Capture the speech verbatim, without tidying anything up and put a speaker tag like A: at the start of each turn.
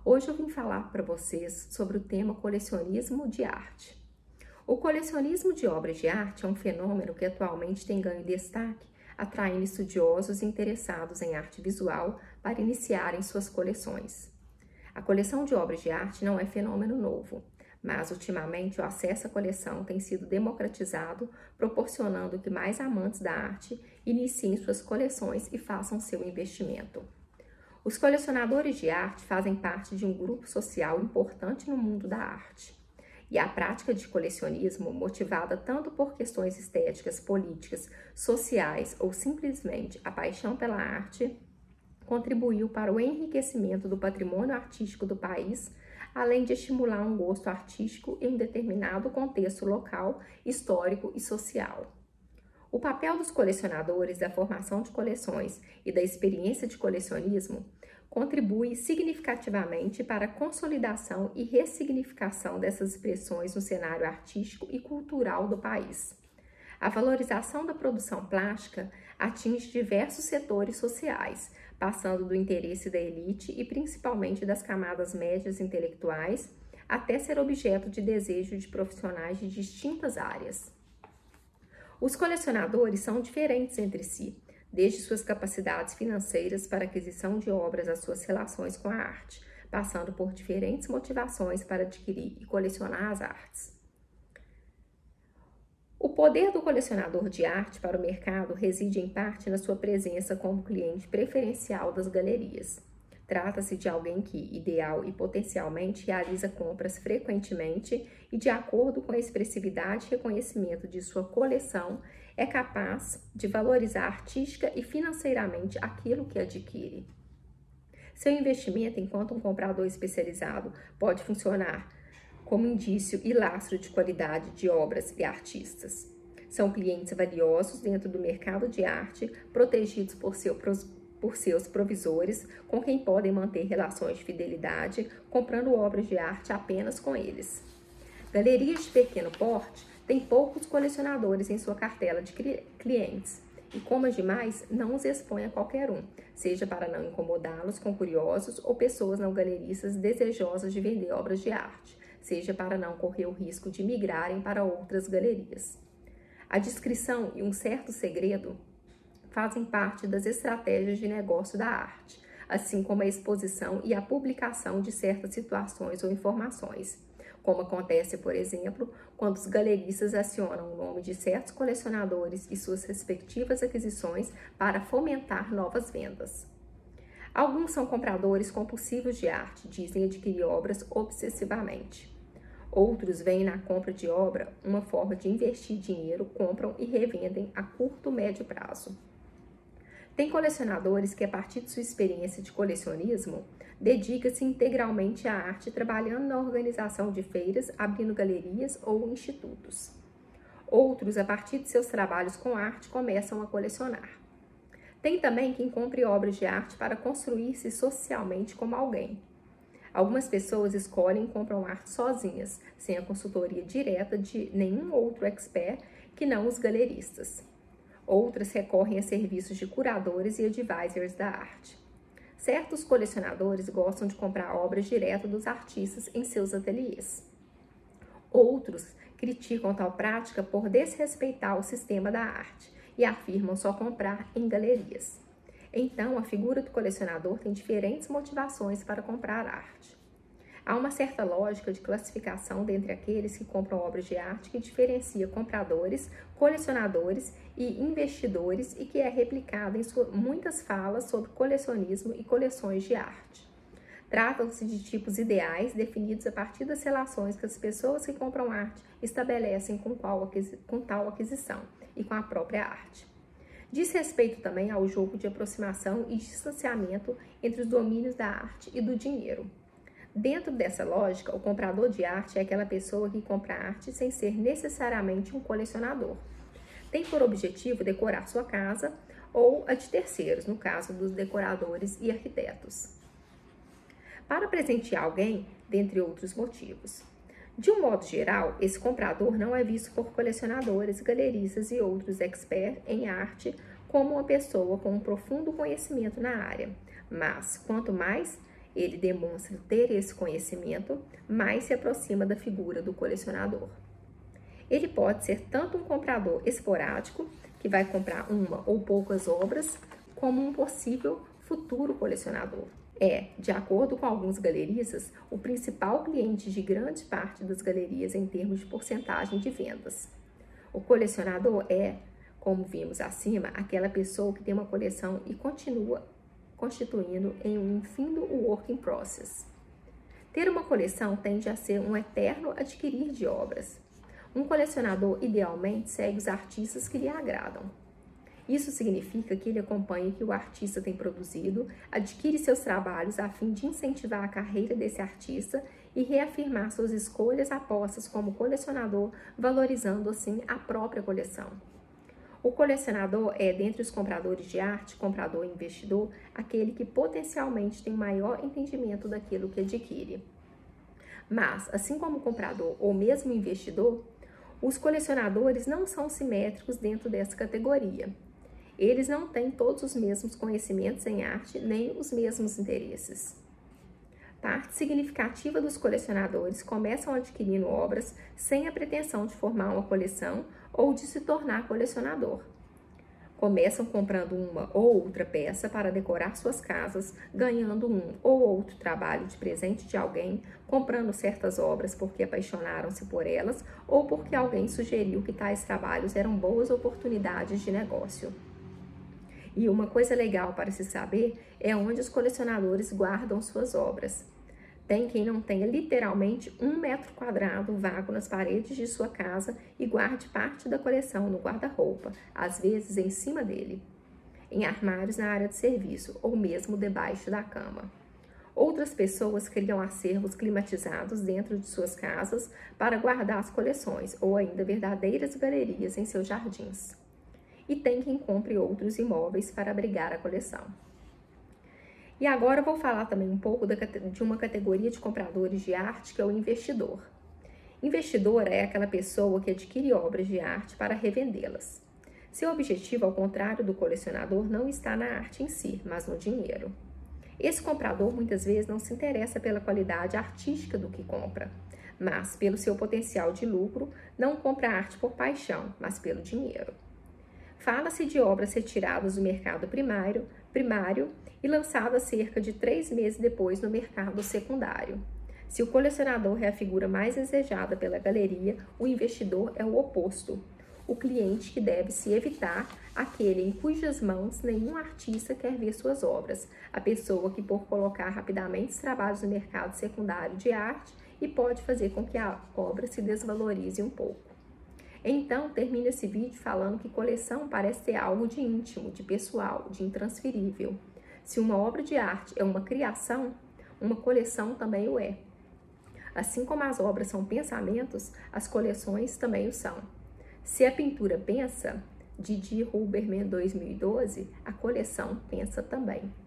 A: Hoje eu vim falar para vocês sobre o tema colecionismo de arte. O colecionismo de obras de arte é um fenômeno que atualmente tem ganho destaque, atraindo estudiosos interessados em arte visual para iniciarem suas coleções. A coleção de obras de arte não é fenômeno novo, mas ultimamente o acesso à coleção tem sido democratizado, proporcionando que mais amantes da arte iniciem suas coleções e façam seu investimento. Os colecionadores de arte fazem parte de um grupo social importante no mundo da arte. E a prática de colecionismo, motivada tanto por questões estéticas, políticas, sociais ou simplesmente a paixão pela arte, contribuiu para o enriquecimento do patrimônio artístico do país, além de estimular um gosto artístico em um determinado contexto local, histórico e social. O papel dos colecionadores da formação de coleções e da experiência de colecionismo contribui significativamente para a consolidação e ressignificação dessas expressões no cenário artístico e cultural do país. A valorização da produção plástica atinge diversos setores sociais, passando do interesse da elite e principalmente das camadas médias intelectuais, até ser objeto de desejo de profissionais de distintas áreas. Os colecionadores são diferentes entre si, desde suas capacidades financeiras para aquisição de obras às suas relações com a arte, passando por diferentes motivações para adquirir e colecionar as artes. O poder do colecionador de arte para o mercado reside em parte na sua presença como cliente preferencial das galerias. Trata-se de alguém que, ideal e potencialmente, realiza compras frequentemente e, de acordo com a expressividade e reconhecimento de sua coleção, é capaz de valorizar artística e financeiramente aquilo que adquire. Seu investimento enquanto um comprador especializado pode funcionar como indício e lastro de qualidade de obras e artistas. São clientes valiosos dentro do mercado de arte, protegidos por seu por seus provisores, com quem podem manter relações de fidelidade, comprando obras de arte apenas com eles. Galerias de pequeno porte têm poucos colecionadores em sua cartela de clientes, e como as demais, não os expõe a qualquer um, seja para não incomodá-los com curiosos ou pessoas não galeristas desejosas de vender obras de arte, seja para não correr o risco de migrarem para outras galerias. A discrição e um certo segredo fazem parte das estratégias de negócio da arte, assim como a exposição e a publicação de certas situações ou informações, como acontece, por exemplo, quando os galeristas acionam o nome de certos colecionadores e suas respectivas aquisições para fomentar novas vendas. Alguns são compradores compulsivos de arte, dizem adquirir obras obsessivamente. Outros veem na compra de obra uma forma de investir dinheiro, compram e revendem a curto e médio prazo. Tem colecionadores que, a partir de sua experiência de colecionismo, dedica-se integralmente à arte, trabalhando na organização de feiras, abrindo galerias ou institutos. Outros, a partir de seus trabalhos com arte, começam a colecionar. Tem também quem compre obras de arte para construir-se socialmente como alguém. Algumas pessoas escolhem e compram arte sozinhas, sem a consultoria direta de nenhum outro expert que não os galeristas. Outras recorrem a serviços de curadores e advisors da arte. Certos colecionadores gostam de comprar obras direto dos artistas em seus ateliês. Outros criticam tal prática por desrespeitar o sistema da arte e afirmam só comprar em galerias. Então, a figura do colecionador tem diferentes motivações para comprar arte. Há uma certa lógica de classificação dentre aqueles que compram obras de arte que diferencia compradores, colecionadores e investidores e que é replicada em sua, muitas falas sobre colecionismo e coleções de arte. Tratam-se de tipos ideais definidos a partir das relações que as pessoas que compram arte estabelecem com, qual, com tal aquisição e com a própria arte. Diz respeito também ao jogo de aproximação e distanciamento entre os domínios da arte e do dinheiro. Dentro dessa lógica, o comprador de arte é aquela pessoa que compra arte sem ser necessariamente um colecionador. Tem por objetivo decorar sua casa ou a de terceiros, no caso dos decoradores e arquitetos. Para presentear alguém, dentre outros motivos. De um modo geral, esse comprador não é visto por colecionadores, galeristas e outros experts em arte como uma pessoa com um profundo conhecimento na área, mas quanto mais ele demonstra ter esse conhecimento, mais se aproxima da figura do colecionador. Ele pode ser tanto um comprador esporádico, que vai comprar uma ou poucas obras, como um possível futuro colecionador. É, de acordo com alguns galeristas, o principal cliente de grande parte das galerias em termos de porcentagem de vendas. O colecionador é, como vimos acima, aquela pessoa que tem uma coleção e continua constituindo em um infindo working process. Ter uma coleção tende a ser um eterno adquirir de obras. Um colecionador, idealmente, segue os artistas que lhe agradam. Isso significa que ele acompanha o que o artista tem produzido, adquire seus trabalhos a fim de incentivar a carreira desse artista e reafirmar suas escolhas apostas como colecionador, valorizando assim a própria coleção. O colecionador é, dentre os compradores de arte, comprador e investidor, aquele que potencialmente tem maior entendimento daquilo que adquire. Mas, assim como o comprador ou mesmo o investidor, os colecionadores não são simétricos dentro dessa categoria. Eles não têm todos os mesmos conhecimentos em arte, nem os mesmos interesses. Parte significativa dos colecionadores começam adquirindo obras sem a pretensão de formar uma coleção ou de se tornar colecionador. Começam comprando uma ou outra peça para decorar suas casas, ganhando um ou outro trabalho de presente de alguém, comprando certas obras porque apaixonaram-se por elas ou porque alguém sugeriu que tais trabalhos eram boas oportunidades de negócio. E uma coisa legal para se saber é onde os colecionadores guardam suas obras. Tem quem não tenha literalmente um metro quadrado vago nas paredes de sua casa e guarde parte da coleção no guarda-roupa, às vezes em cima dele, em armários na área de serviço ou mesmo debaixo da cama. Outras pessoas criam acervos climatizados dentro de suas casas para guardar as coleções ou ainda verdadeiras galerias em seus jardins. E tem quem compre outros imóveis para abrigar a coleção. E agora eu vou falar também um pouco de uma categoria de compradores de arte, que é o investidor. Investidor é aquela pessoa que adquire obras de arte para revendê-las. Seu objetivo, ao contrário do colecionador, não está na arte em si, mas no dinheiro. Esse comprador muitas vezes não se interessa pela qualidade artística do que compra, mas pelo seu potencial de lucro, não compra arte por paixão, mas pelo dinheiro. Fala-se de obras retiradas do mercado primário, primário e lançadas cerca de três meses depois no mercado secundário. Se o colecionador é a figura mais desejada pela galeria, o investidor é o oposto. O cliente que deve se evitar, aquele em cujas mãos nenhum artista quer ver suas obras, a pessoa que por colocar rapidamente os trabalhos no mercado secundário de arte e pode fazer com que a obra se desvalorize um pouco. Então, termino esse vídeo falando que coleção parece ser algo de íntimo, de pessoal, de intransferível. Se uma obra de arte é uma criação, uma coleção também o é. Assim como as obras são pensamentos, as coleções também o são. Se a pintura pensa, Didi Huberman dois mil e doze, a coleção pensa também.